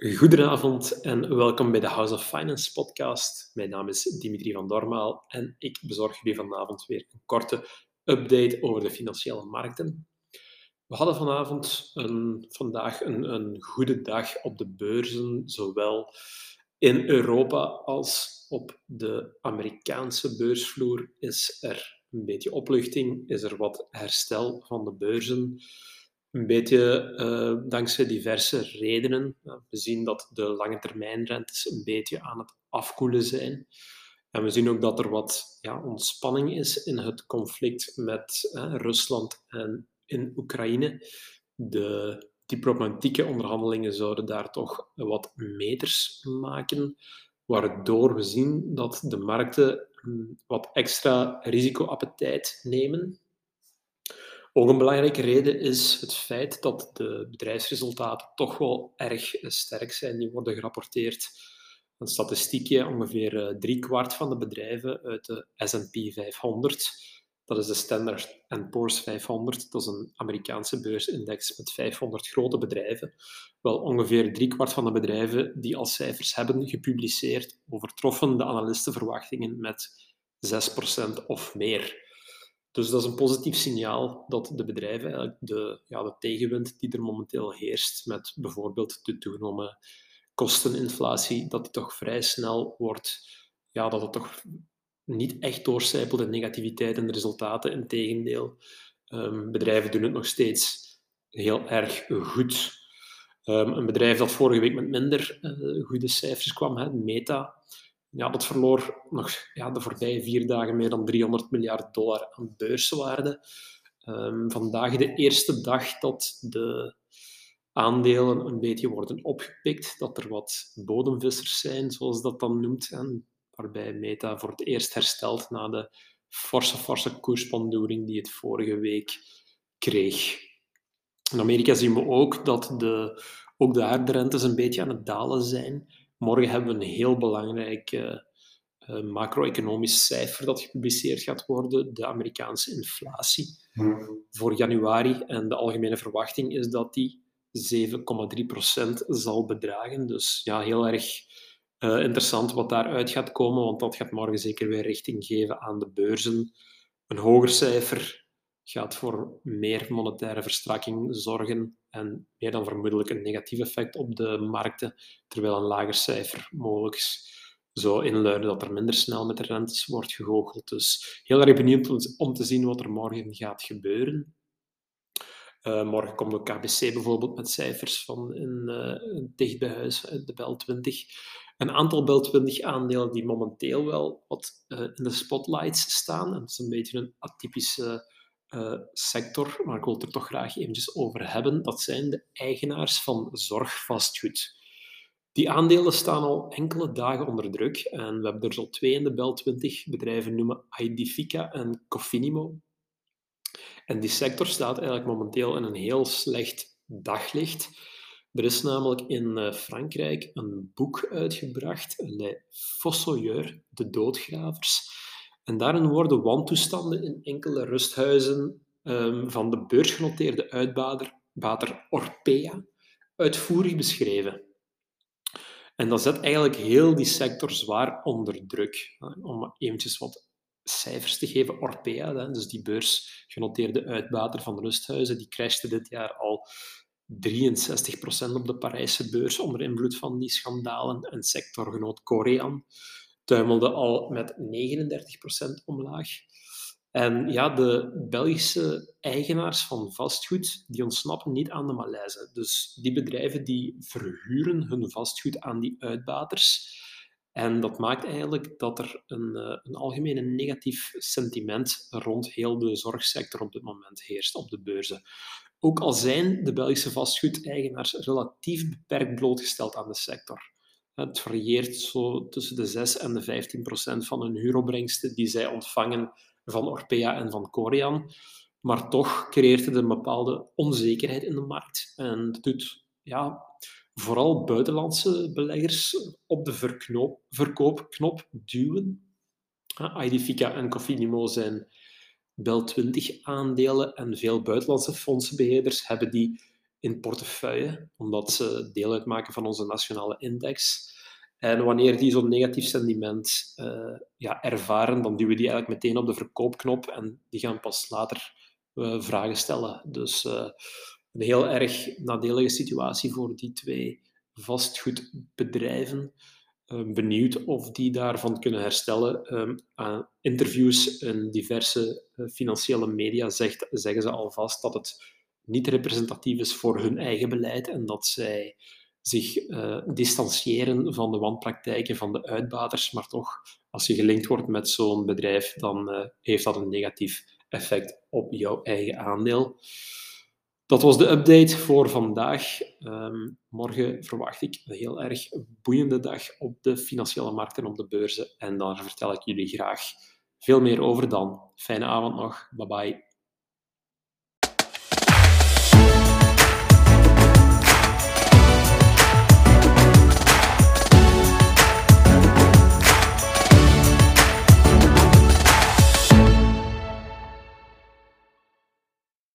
Goedenavond en welkom bij de House of Finance podcast. Mijn naam is Dimitri van Dormaal en ik bezorg jullie vanavond weer een korte update over de financiële markten. We hadden vandaag een goede dag op de beurzen, zowel in Europa als op de Amerikaanse beursvloer is er een beetje opluchting, is er wat herstel van de beurzen. Een beetje dankzij diverse redenen. We zien dat de lange termijnrentes een beetje aan het afkoelen zijn. En we zien ook dat er wat ontspanning is in het conflict met Rusland en in Oekraïne. De diplomatieke onderhandelingen zouden daar toch wat meters maken, waardoor we zien dat de markten wat extra risicoappetijt nemen. Ook een belangrijke reden is het feit dat de bedrijfsresultaten toch wel erg sterk zijn. Die worden gerapporteerd. Een statistiekje, ongeveer driekwart van de bedrijven uit de S&P 500. Dat is de Standard Poor's 500. Dat is een Amerikaanse beursindex met 500 grote bedrijven. Wel, ongeveer driekwart van de bedrijven die al cijfers hebben gepubliceerd, overtroffen de analistenverwachtingen met 6% of meer. Dus dat is een positief signaal dat de bedrijven eigenlijk de tegenwind die er momenteel heerst met bijvoorbeeld de toegenomen kosteninflatie, dat die toch vrij snel wordt, dat het toch niet echt doorcijpelt in negativiteit en de resultaten. Integendeel, bedrijven doen het nog steeds heel erg goed. Een bedrijf dat vorige week met minder goede cijfers kwam, Meta, dat verloor nog de voorbije 4 dagen meer dan $300 miljard aan beurswaarde. Vandaag de eerste dag dat de aandelen een beetje worden opgepikt, dat er wat bodemvissers zijn, zoals dat dan noemt, waarbij Meta voor het eerst herstelt na de forse koerspandoering die het vorige week kreeg. In Amerika zien we ook dat ook daar de rentes een beetje aan het dalen zijn. Morgen hebben we een heel belangrijk macro-economisch cijfer dat gepubliceerd gaat worden, de Amerikaanse inflatie voor januari. En de algemene verwachting is dat die 7,3% zal bedragen. Dus heel erg interessant wat daaruit gaat komen, want dat gaat morgen zeker weer richting geven aan de beurzen. Een hoger cijfer gaat voor meer monetaire verstrakking zorgen en meer dan vermoedelijk een negatief effect op de markten, terwijl een lager cijfer mogelijk zou inluiden dat er minder snel met de rentes wordt gegoocheld. Dus heel erg benieuwd om te zien wat er morgen gaat gebeuren. Morgen komt de KBC bijvoorbeeld met cijfers van dicht bij huis, de BEL 20. Een aantal BEL 20 aandelen die momenteel wel wat in de spotlights staan. En dat is een beetje een atypische sector, maar ik wil het er toch graag eventjes over hebben. Dat zijn de eigenaars van zorgvastgoed. Die aandelen staan al enkele dagen onder druk en we hebben er zo 2 in de BEL 20 bedrijven noemen Aedifica en Cofinimo. En die sector staat eigenlijk momenteel in een heel slecht daglicht. Er is namelijk in Frankrijk een boek uitgebracht, Les Fossoyeurs, de doodgravers. En daarin worden wantoestanden in enkele rusthuizen van de beursgenoteerde uitbater Orpea uitvoerig beschreven. En dat zet eigenlijk heel die sector zwaar onder druk. Om eventjes wat cijfers te geven, Orpea, dus die beursgenoteerde uitbater van rusthuizen, die crashte dit jaar al 63% op de Parijse beurs onder invloed van die schandalen. En sectorgenoot Korian tuimelde al met 39% omlaag. En de Belgische eigenaars van vastgoed, die ontsnappen niet aan de malaise. Dus die bedrijven die verhuren hun vastgoed aan die uitbaters. En dat maakt eigenlijk dat er een algemeen negatief sentiment rond heel de zorgsector op dit moment heerst op de beurzen. Ook al zijn de Belgische vastgoedeigenaars relatief beperkt blootgesteld aan de sector. Het varieert zo tussen de 6 en de 15% van hun huuropbrengsten die zij ontvangen van Orpea en van Korian. Maar toch creëert het een bepaalde onzekerheid in de markt. En dat doet vooral buitenlandse beleggers op de verkoopknop duwen. Aedifica en Cofinimo zijn BEL 20 aandelen en veel buitenlandse fondsenbeheerders hebben die in portefeuille, omdat ze deel uitmaken van onze nationale index. En wanneer die zo'n negatief sentiment ervaren, dan duwen die eigenlijk meteen op de verkoopknop en die gaan pas later vragen stellen. Dus een heel erg nadelige situatie voor die twee vastgoedbedrijven. Benieuwd of die daarvan kunnen herstellen. Aan interviews in diverse financiële media zeggen ze alvast dat het niet representatief is voor hun eigen beleid en dat zij zich distancieren van de wanpraktijken van de uitbaters, maar toch, als je gelinkt wordt met zo'n bedrijf, dan heeft dat een negatief effect op jouw eigen aandeel. Dat was de update voor vandaag. Morgen verwacht ik een heel erg boeiende dag op de financiële markten, op de beurzen. En daar vertel ik jullie graag veel meer over dan. Fijne avond nog. Bye bye.